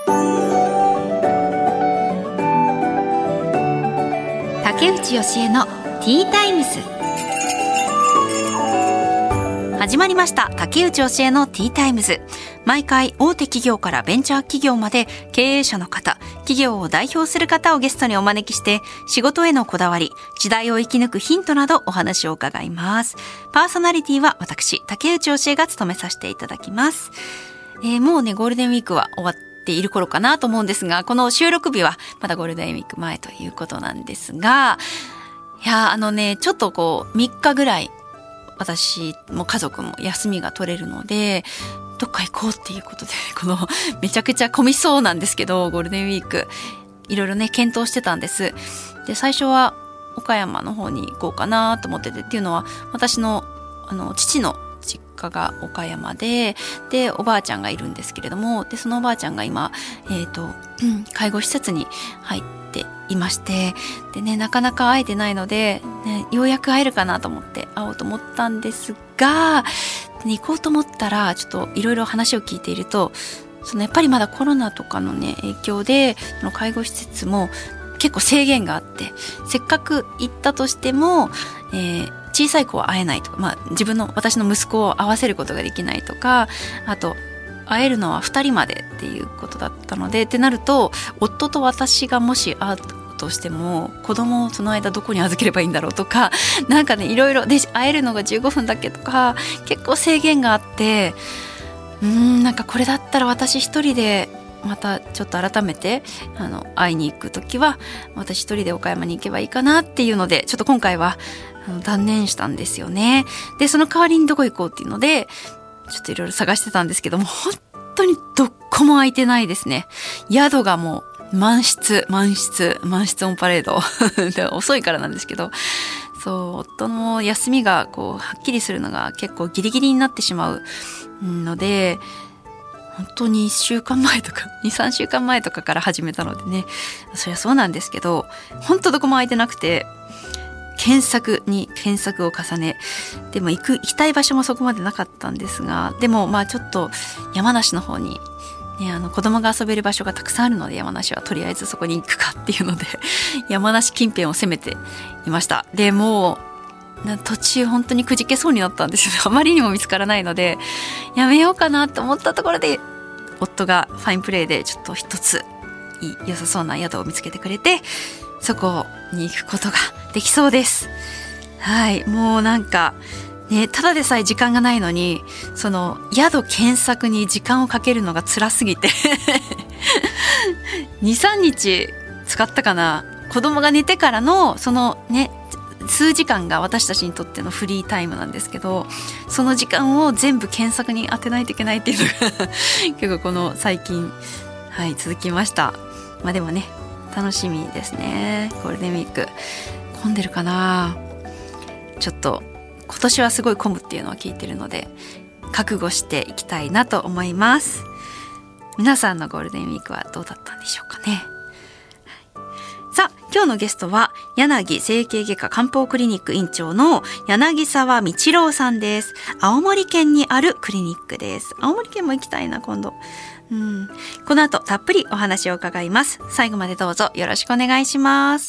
竹内義恵のティータイムス。始まりました。竹内義恵のティータイムズ。毎回大手企業からベンチャー企業まで経営者の方、企業を代表する方をゲストにお招きして仕事へのこだわり、時代を生き抜くヒントなどお話を伺います。パーソナリティは私竹内義恵が務めさせていただきます。もうねゴールデンウィークは終わっている頃かなと思うんですが、この収録日はまだゴールデンウィーク前ということなんですが、いやちょっとこう3日ぐらい私も家族も休みが取れるのでどっか行こうっていうことで、このめちゃくちゃ混みそうなんですけどゴールデンウィークいろいろね検討してたんです。で最初は岡山の方に行こうかなと思ってて、っていうのは私の父の実家が岡山でおばあちゃんがいるんですけれども、でそのおばあちゃんが今、介護施設に入っていまして、でねなかなか会えてないので、ね、ようやく会えるかなと思って会おうと思ったんですが、行こうと思ったらちょっといろいろ話を聞いていると、やっぱりまだコロナとかのね影響でその介護施設も結構制限があって、せっかく行ったとしても、小さい子は会えないとか、私の息子を会わせることができないとか、あと会えるのは2人までっていうことだったので、ってなると夫と私がもし会うとしても子供をその間どこに預ければいいんだろうとか、なんかねいろいろで会えるのが15分だけとか結構制限があって、なんかこれだったら私一人でまたちょっと改めて会いに行くときは私一人で岡山に行けばいいかなっていうので、ちょっと今回は断念したんですよね。でその代わりにどこ行こうっていうのでちょっといろいろ探してたんですけども、本当にどこも空いてないですね。宿がもう満室オンパレード遅いからなんですけど、夫の休みがこうはっきりするのが結構ギリギリになってしまうので、本当に1週間前とか 2,3 週間前とかから始めたのでね、そりゃそうなんですけど、本当どこも空いてなくて検索に検索を重ね、でも行きたい場所もそこまでなかったんですが、でもちょっと山梨の方に、ね、子供が遊べる場所がたくさんあるので、山梨はとりあえずそこに行くかっていうので山梨近辺を攻めていました。でもう途中本当にくじけそうになったんですよ。あまりにも見つからないのでやめようかなと思ったところで、夫がファインプレーでちょっと一つ良さそうな宿を見つけてくれて、そこに行くことができそうです。はい、もうなんかね、ただでさえ時間がないのにその宿検索に時間をかけるのが辛すぎて2,3 日使ったかな。子供が寝てからのそのね数時間が私たちにとってのフリータイムなんですけど、その時間を全部検索に当てないといけないっていうのが結構この最近、続きました。でもね楽しみですね。ゴールデンウィーク混んでるかな。ちょっと今年はすごい混むっていうのは聞いてるので覚悟していきたいなと思います。皆さんのゴールデンウィークはどうだったんでしょうかね。さあ今日のゲストは柳整形外科漢方クリニック院長の柳沢道郎さんです。青森県にあるクリニックです。青森県も行きたいな今度。この後たっぷりお話を伺います。最後までどうぞよろしくお願いします。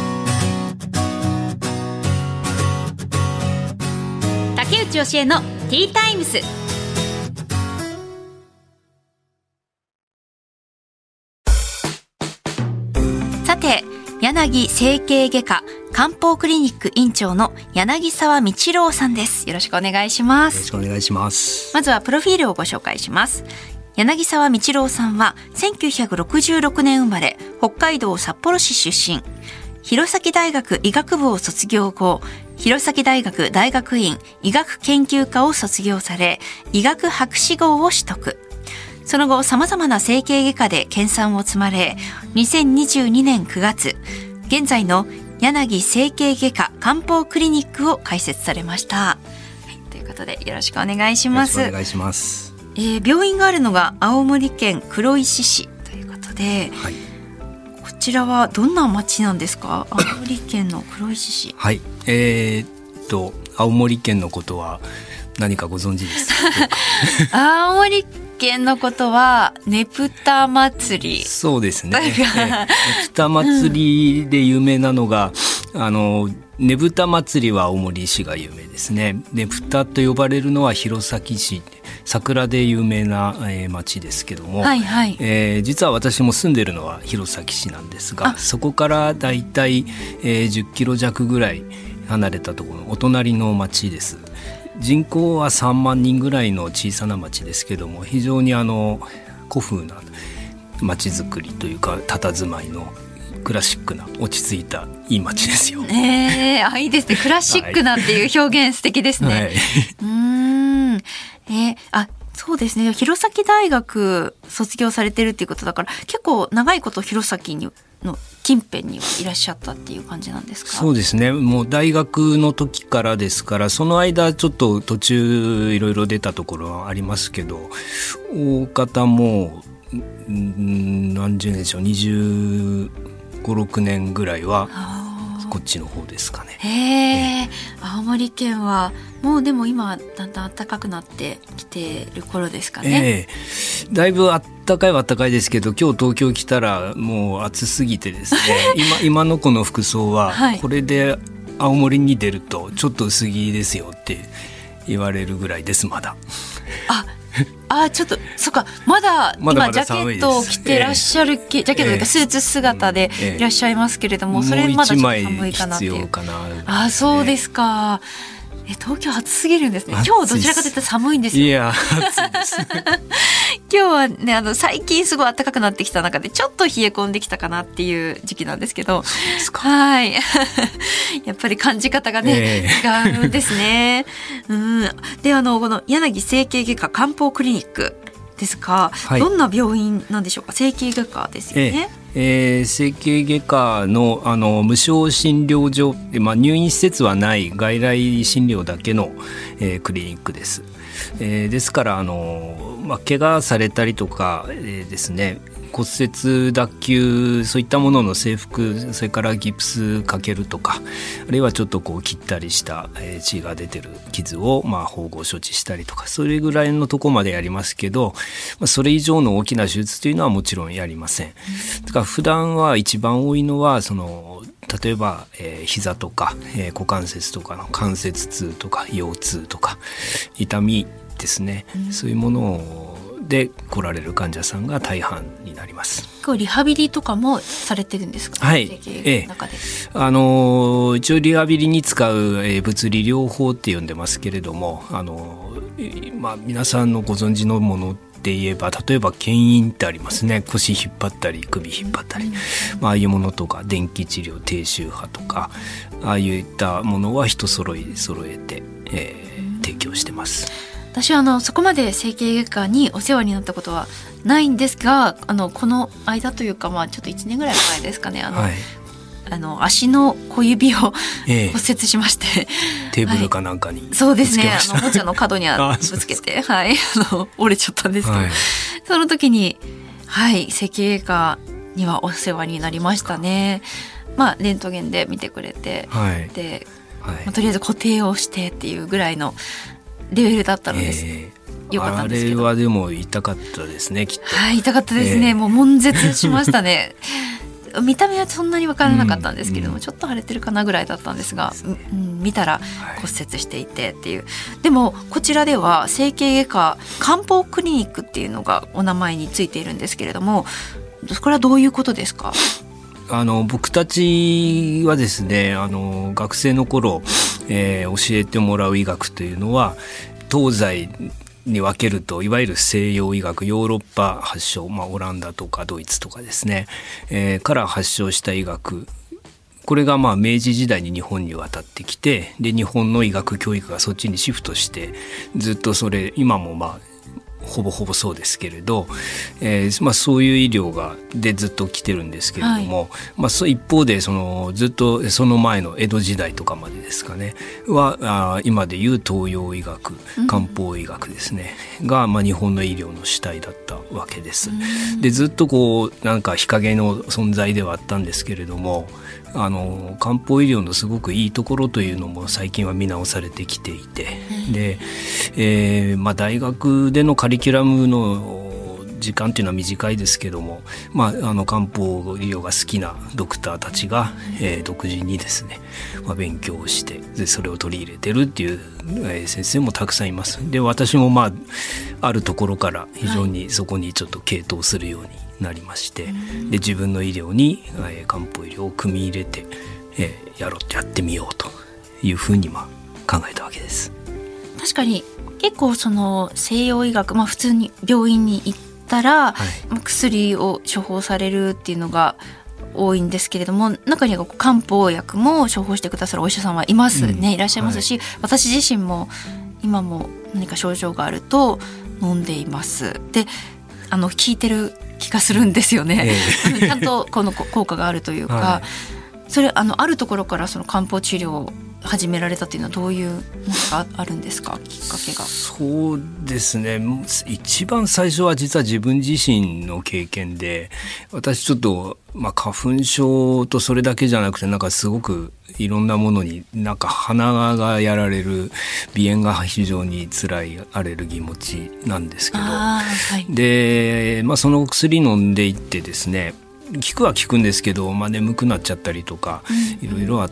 竹内義恵のティータイムス。さて柳整形外科漢方クリニック院長の柳沢道郎さんです。よろしくお願いします。 よろしくお願いします。 まずはプロフィールをご紹介します。柳沢道郎さんは1966年生まれ、北海道札幌市出身。弘前大学医学部を卒業後、弘前大学大学院医学研究科を卒業され、医学博士号を取得。その後様々な整形外科で研鑽を積まれ、2022年9月現在の柳整形外科漢方クリニックを開設されました。ということでよろしくお願いします。 よろしくお願いします。 病院があるのが青森県黒石市ということで、こちらはどんな町なんですか？青森県の黒石市。 はい、青森県のことは何かご存知ですか？ 青森県のことはねぷた祭り。 そうですね。ねぷた祭りで有名なのが、ねぶた祭りは青森市が有名ですね。ねぷたと呼ばれるのは弘前市、桜で有名な、町ですけども、 はいはい。 実は私も住んでるのは弘前市なんですが、そこからだいたい10キロ弱ぐらい離れたところのお隣の町です。人口は3万人ぐらいの小さな町ですけども、非常に古風な町づくりというか佇まいのクラシックな落ち着いたいい町ですよ。 いいですね。クラシックなっていう表現素敵ですね。はい、そうですね。弘前大学卒業されてるっていうことだから、結構長いこと弘前の近辺にいらっしゃったっていう感じなんですか？ そうですね。もう大学の時からですから、その間ちょっと途中いろいろ出たところはありますけど、大方も何十年でしょう、25、6年ぐらいはこっちの方ですかね。 青森県はもうでも今だんだん暖かくなってきてる頃ですかね。 だいぶ暖かいは暖かいですけど、今日東京来たらもう暑すぎてですね今のこの服装は、これで青森に出るとちょっと薄着ですよって言われるぐらいです。まだちょっとそっか、まだ今ジャケットを着てらっしゃる、ジャケットというかスーツ姿でいらっしゃいますけれども、それまだちょっと寒いかなっていう。 もう1枚必要かな。 そうですか。東京暑すぎるんですね。今日どちらかというと寒いんですよ。 いや、暑いです今日はね、最近すごい暖かくなってきた中でちょっと冷え込んできたかなっていう時期なんですけど、はい。やっぱり感じ方がね、違うんですね。で、この柳整形外科漢方クリニックですか、どんな病院なんでしょうか？整形外科ですよね。 整形外科の、無償診療所、入院施設はない外来診療だけの、クリニックです。ですから怪我されたりとか、ですね、骨折脱臼そういったものの整復、それからギプスかけるとか、あるいはちょっとこう切ったりした、血が出てる傷を縫合処置したりとか、それぐらいのとこまでやりますけど、それ以上の大きな手術というのはもちろんやりません。だから普段は一番多いのは例えば、膝とか、股関節とかの関節痛とか腰痛とか痛みですね、そういうもので来られる患者さんが大半になります。 リハビリとかもされてるんですか？ はい、一応リハビリに使う、物理療法って呼んでますけれども、皆さんのご存知のものって言えば、例えば牽引ってありますね。腰引っ張ったり首引っ張ったり、ああいうものとか、電気治療、低周波とか、ああいったものは人揃えて、提供してます。 私はそこまで整形外科にお世話になったことはないんですが、この間というか、ちょっと1年ぐらい前ですかね、足の小指を骨折しまして、 テーブルかなんかに、 そうですね、おもちゃの角にぶつけて折れちゃったんですけど、その時に、整形外科にはお世話になりましたね。レントゲンで見てくれて、で、とりあえず固定をしてっていうぐらいのレベルだったのです、よかったんですけど。 あれはでも痛かったですね、きっと。 痛かったですね、もう悶絶しましたね。見た目はそんなに分からなかったんですけれども、ちょっと腫れてるかなぐらいだったんですが、見たら骨折していてっていう。でもこちらでは整形外科漢方クリニックっていうのがお名前についているんですけれども、これはどういうことですか？ 僕たちはですね、学生の頃、教えてもらう医学というのは、東西に分けるといわゆる西洋医学、ヨーロッパ発祥、オランダとかドイツとかですね、から発祥した医学、これが明治時代に日本に渡ってきて、で日本の医学教育がそっちにシフトして、ずっとそれ今もほぼほぼそうですけれど、そういう医療でずっと来てるんですけれども、一方でずっとその前の江戸時代とかまでですかねは、今でいう東洋医学、漢方医学ですね、が、日本の医療の主体だったわけです。でずっとなんか日陰の存在ではあったんですけれども、 漢方医療のすごくいいところというのも最近は見直されてきていて、で、大学でのカリキュラムの時間というのは短いですけども、漢方医療が好きなドクターたちが、独自にですね、勉強をしてでそれを取り入れてるっていう、先生もたくさんいます。で私もあるところから非常にそこにちょっと傾倒するようになりまして、で自分の医療に、漢方医療を組み入れて、やってみようというふうに考えたわけです。 確かに結構その西洋医学、普通に病院に行ったら、薬を処方されるっていうのが多いんですけれども、中には漢方薬も処方してくださるお医者さんはいますね、いらっしゃいますし、私自身も今も何か症状があると飲んでいます。で効いてる気がするんですよね、ちゃんとこの効果があるというか、それあるところからその漢方治療を始められたというのはどういうのがあるんですか、きっかけが。 そうですね、一番最初は実は自分自身の経験で、私ちょっと、花粉症とそれだけじゃなくてすごくいろんなものに鼻がやられる鼻炎が非常に辛いアレルギー持ちなんですけど、で、その薬飲んでいってですね、効くは効くんですけど、眠くなっちゃったりとかいろいろあって、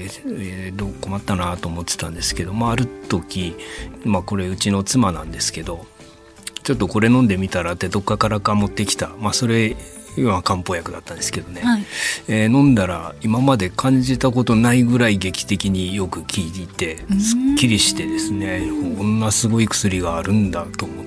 困ったなと思ってたんですけど、ある時、これうちの妻なんですけど、ちょっとこれ飲んでみたらってどっかからか持ってきた、それは漢方薬だったんですけどね、飲んだら今まで感じたことないぐらい劇的によく効いてすっきりしてですね、こんなすごい薬があるんだと思って、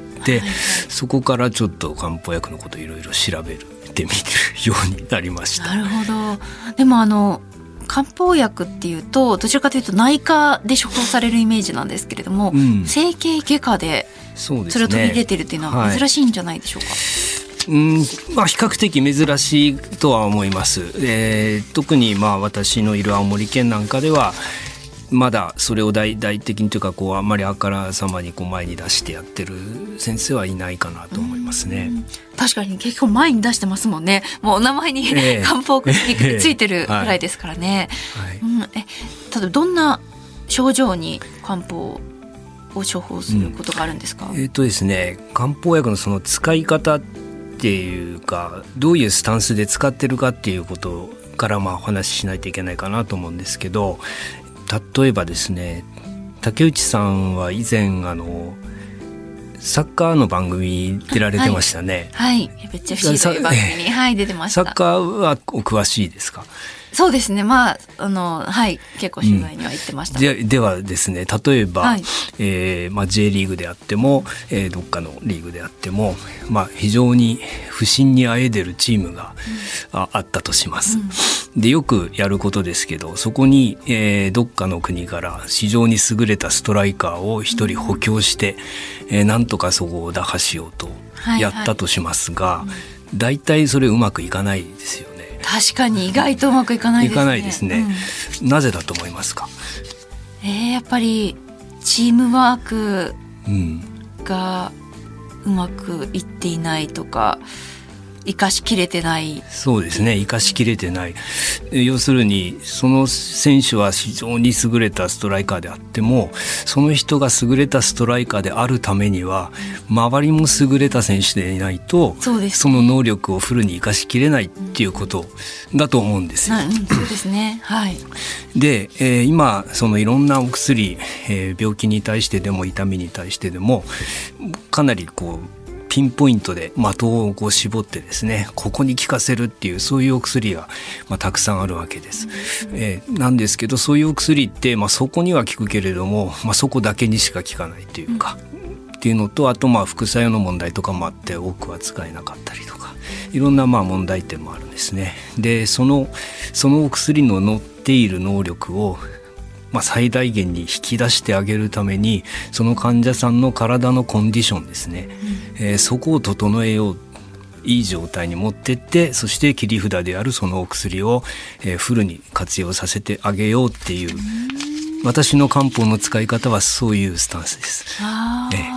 そこからちょっと漢方薬のこといろいろ調べてみるようになりました。 なるほど。でも漢方薬っていうとどちらかというと内科で処方されるイメージなんですけれども、整形外科でそれを取り入れてるっていうのは珍しいんじゃないでしょうか。 比較的珍しいとは思います。特に私のいる青森県なんかではまだそれを大々的にというかあんまりあからさまに前に出してやってる先生はいないかなと思いますね。 確かに結構前に出してますもんね。もうお名前に、漢方クリニックってついてるくらいですからね。ただどんな症状に漢方を処方することがあるんですか。 ですね、漢方薬のその使い方っていうか、どういうスタンスで使ってるかっていうことからお話ししないといけないかなと思うんですけど、例えばですね、竹内さんは以前サッカーの番組出られてましたね。 ベッチャFCという番組に、出てました。 サッカーはお詳しいですか。 そうですね、結構取材には行ってました。 ではですね、例えば、J リーグであっても、どっかのリーグであっても、非常に不振にあえでるチームが、あったとします。でよくやることですけど、そこに、どっかの国から非常に優れたストライカーを一人補強して、なんとかそこを打破しようとやったとしますが、大体それうまくいかないですよね。 確かに意外とうまくいかないですね。 いかないですね。なぜだと思いますか。 やっぱりチームワークがうまくいっていないとか、生かしきれてない。 そうですね、生かしきれてない。要するにその選手は非常に優れたストライカーであっても、その人が優れたストライカーであるためには周りも優れた選手でいないと、その能力をフルに生かしきれないっていうことだと思うんですよ。 そうですね。 で、今そのいろんなお薬、病気に対してでも痛みに対してでもかなりピンポイントで的を絞ってですね、ここに効かせるっていうそういうお薬が、たくさんあるわけです。なんですけど、そういうお薬って、そこには効くけれども、そこだけにしか効かないというか、っていうのと、あと副作用の問題とかもあって多くは使えなかったりとか、いろんな問題点もあるんですね。でそのお薬の乗っている能力を最大限に引き出してあげるために、その患者さんの体のコンディションですね、そこを整えよう、いい状態に持ってって、そして切り札であるそのお薬を、フルに活用させてあげようっていう、私の漢方の使い方はそういうスタンスです。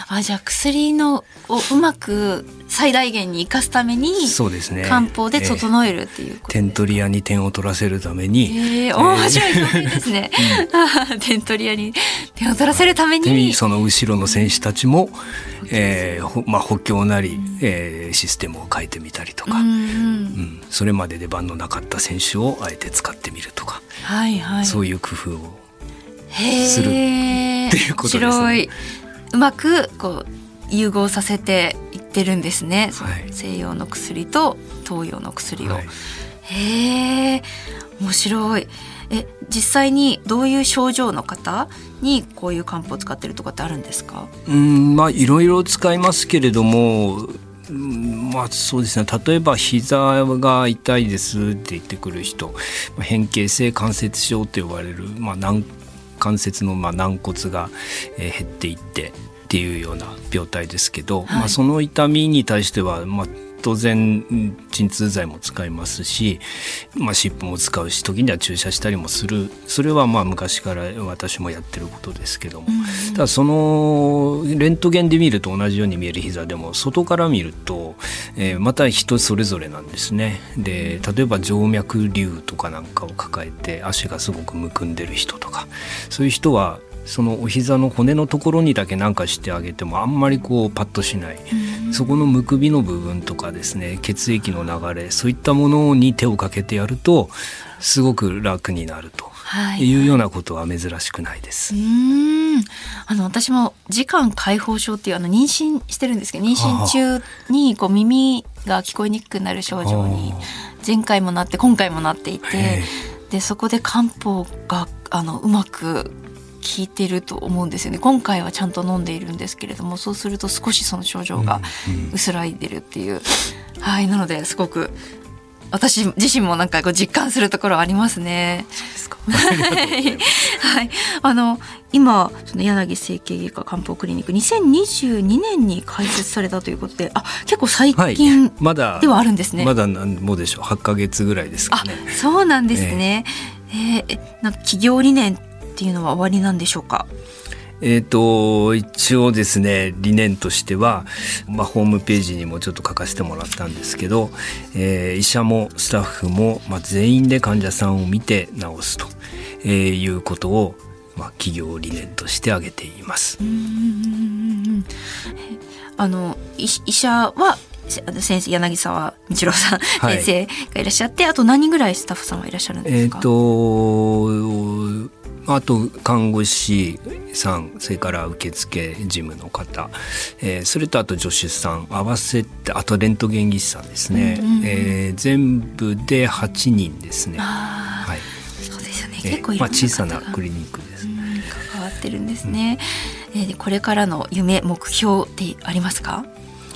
じゃあ薬のをうまく最大限に生かすためにそうですね、 漢方で整えるっていうことですか。 点取り屋に点を取らせるために、 面白い表現ですね、点取り屋に点を取らせるために、 その後ろの選手たちも、補強なり、システムを変えてみたりとか、それまで出番のなかった選手をあえて使ってみるとか、そういう工夫をするっていうことですね。面白い。 うまくこう融合させていってるんですね、西洋の薬と東洋の薬を。面白い。実際にどういう症状の方にこういう漢方を使ってるとかってあるんですか？ いろいろ使いますけれども、そうですね、例えば膝が痛いですって言ってくる人、変形性関節症と呼ばれる、関節の軟骨が減っていってっていうような病態ですけど、その痛みに対しては、当然鎮痛剤も使いますし、湿布も使うし、時には注射したりもする。それは昔から私もやってることですけども、ただそのレントゲンで見ると同じように見える膝でも外から見ると、また人それぞれなんですね。で、例えば静脈瘤とかなんかを抱えて足がすごくむくんでる人とか、そういう人はそのお膝の骨のところにだけ何かしてあげてもあんまりパッとしない、そこのむくみの部分とかですね、血液の流れ、そういったものに手をかけてやるとすごく楽になるというようなことは珍しくないです。 私も耳管開放症っていう妊娠してるんですけど、妊娠中に耳が聞こえにくくなる症状に前回もなって今回もなっていて、でそこで漢方がうまく効いてると思うんですよね。今回はちゃんと飲んでいるんですけれども、そうすると少しその症状が薄らいでるっていう、なのですごく私自身もなんか実感するところありますね。 そうですか。 今その柳整形外科漢方クリニック2022年に開設されたということで、結構最近ではあるんですね。 まだもうでしょう、8ヶ月ぐらいですかね。 そうなんですね。なんか企業理念っていうのは終わりなんでしょうか？ 一応ですね、理念としては、ホームページにもちょっと書かせてもらったんですけど、医者もスタッフも、全員で患者さんを見て治すということを、企業理念として挙げています。 医者は先生、柳沢道郎さん、先生がいらっしゃって、あと何人ぐらいスタッフさんはいらっしゃるんですか？ あと看護師さん、それから受付事務の方、それとあと助手さん合わせて、あとレントゲン技師さんですね、全部で8人ですね。 そうですよね、結構いろんな方が小さなクリニックです。 関わってるんですね。これからの夢、目標ってありますか？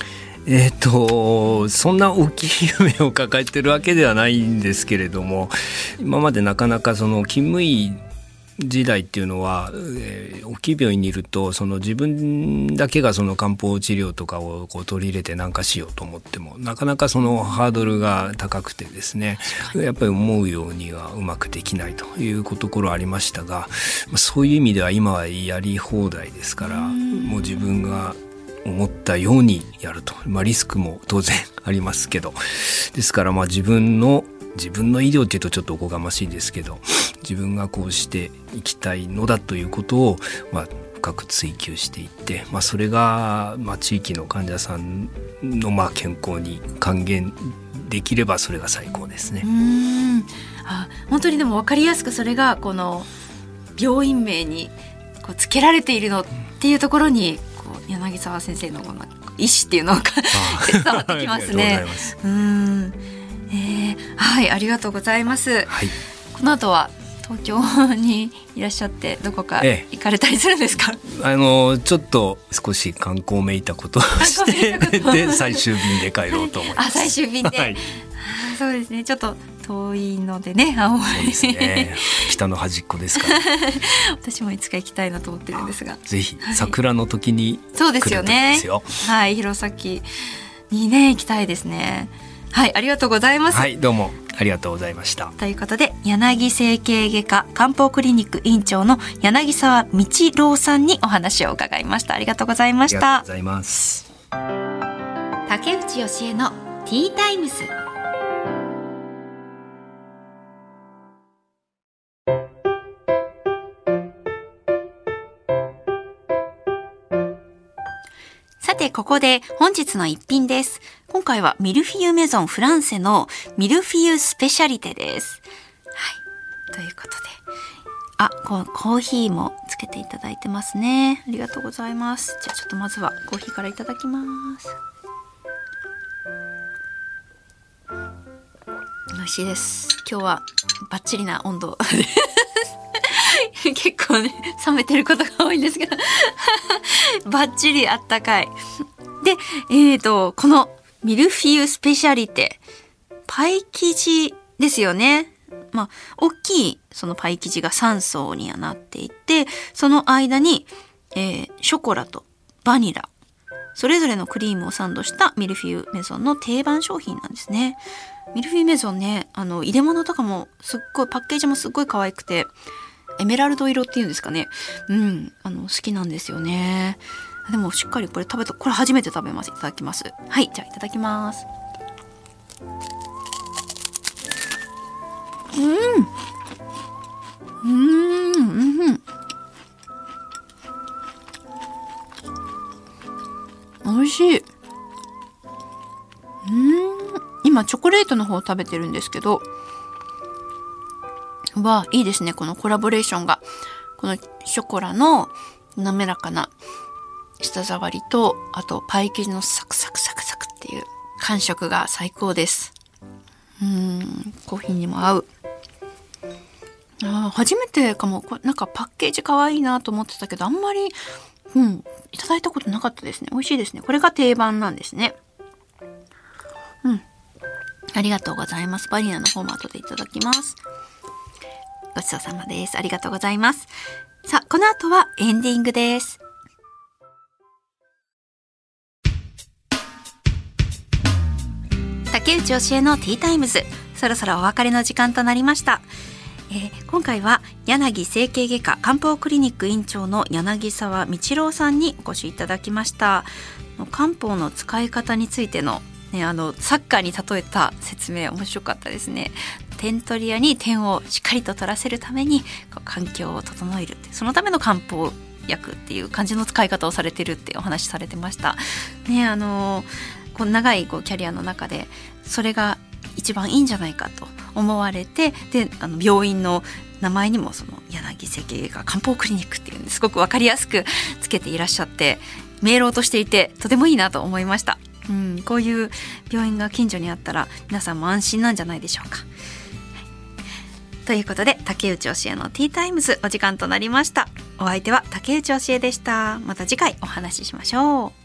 そんな大きい夢を抱えてるわけではないんですけれども、今までなかなかその勤務医時代っていうのは、大きい病院にいるとその自分だけがその漢方治療とかを取り入れて何かしようと思ってもなかなかそのハードルが高くてですね、やっぱり思うようにはうまくできないというところありましたが、そういう意味では今はやり放題ですから、もう自分が思ったようにやると、リスクも当然ありますけど、ですから自分の医療っていうとちょっとおこがましいですけど、自分がこうしていきたいのだということを深く追求していって、それが地域の患者さんの健康に還元できればそれが最高ですね。 本当にでも分かりやすくそれがこの病院名につけられているのっていうところに柳沢先生の意思っていうのが伝わってきますね。ありがとうございます。この後は東京にいらっしゃってどこか行かれたりするんですか？ ちょっと少し観光めいたことをしてで最終便で帰ろうと思います。 最終便で、そうですね、ちょっと遠いのでね、青森。 そうですね、北の端っこですから私もいつか行きたいなと思ってるんですが、 ぜひ桜の時に来る時ですよ。弘前にね行きたいですね。ありがとうございます。 どうもあありがとうございました。 ということで、柳整形外科漢方クリニック院長の柳沢道郎さんにお話を伺いました。ありがとうございました。 ありがとうございます。 竹内義恵のティータイムズ。さて、ここで本日の一品です。今回はミルフィユメゾンフランセのミルフィユスペシャリテです。はい。ということで。コーヒーもつけていただいてますね。ありがとうございます。じゃあちょっとまずはコーヒーからいただきます。美味しいです。今日はバッチリな温度結構ね冷めてることが多いんですけどバッチリあったかいで、このミルフィユスペシャリテパイ生地ですよね。まあ大きいそのパイ生地が3層にはなっていて、その間に、ショコラとバニラそれぞれのクリームをサンドしたミルフィユメゾンの定番商品なんですね。ミルフィユメゾンね、入れ物とかもすっごいパッケージもすっごい可愛くて、エメラルド色っていうんですかね。好きなんですよね。でもしっかりこれ初めて食べます。いただきます。はい、じゃあいただきます。美味しい。今チョコレートの方を食べてるんですけど、いいですね、このコラボレーションが。このショコラの滑らかな舌触りと、あとパイ生地のサクサクサクサクっていう感触が最高です。コーヒーにも合う。初めてかも。なんかパッケージ可愛いなと思ってたけど、あんまりいただいたことなかったですね。美味しいですね。これが定番なんですね。ありがとうございます。バニラの方も後でいただきます。ごちそうさまです。ありがとうございます。さあ、この後はエンディングです。竹内教えのティータイムズ、そろそろお別れの時間となりました。今回は柳整形外科漢方クリニック院長の柳沢道郎さんにお越しいただきました。漢方の使い方についてのサッカーに例えた説明面白かったですね。点取り屋に点をしっかりと取らせるために環境を整えるって、そのための漢方薬っていう感じの使い方をされてるってお話しされてましたね。この長いキャリアの中でそれが一番いいんじゃないかと思われて、で病院の名前にもその柳整形外科漢方クリニックっていうんですごく分かりやすくつけていらっしゃって、明朗としていてとてもいいなと思いました。こういう病院が近所にあったら皆さんも安心なんじゃないでしょうか。ということで、竹内教えのティータイムズお時間となりました。お相手は竹内教えでした。また次回お話ししましょう。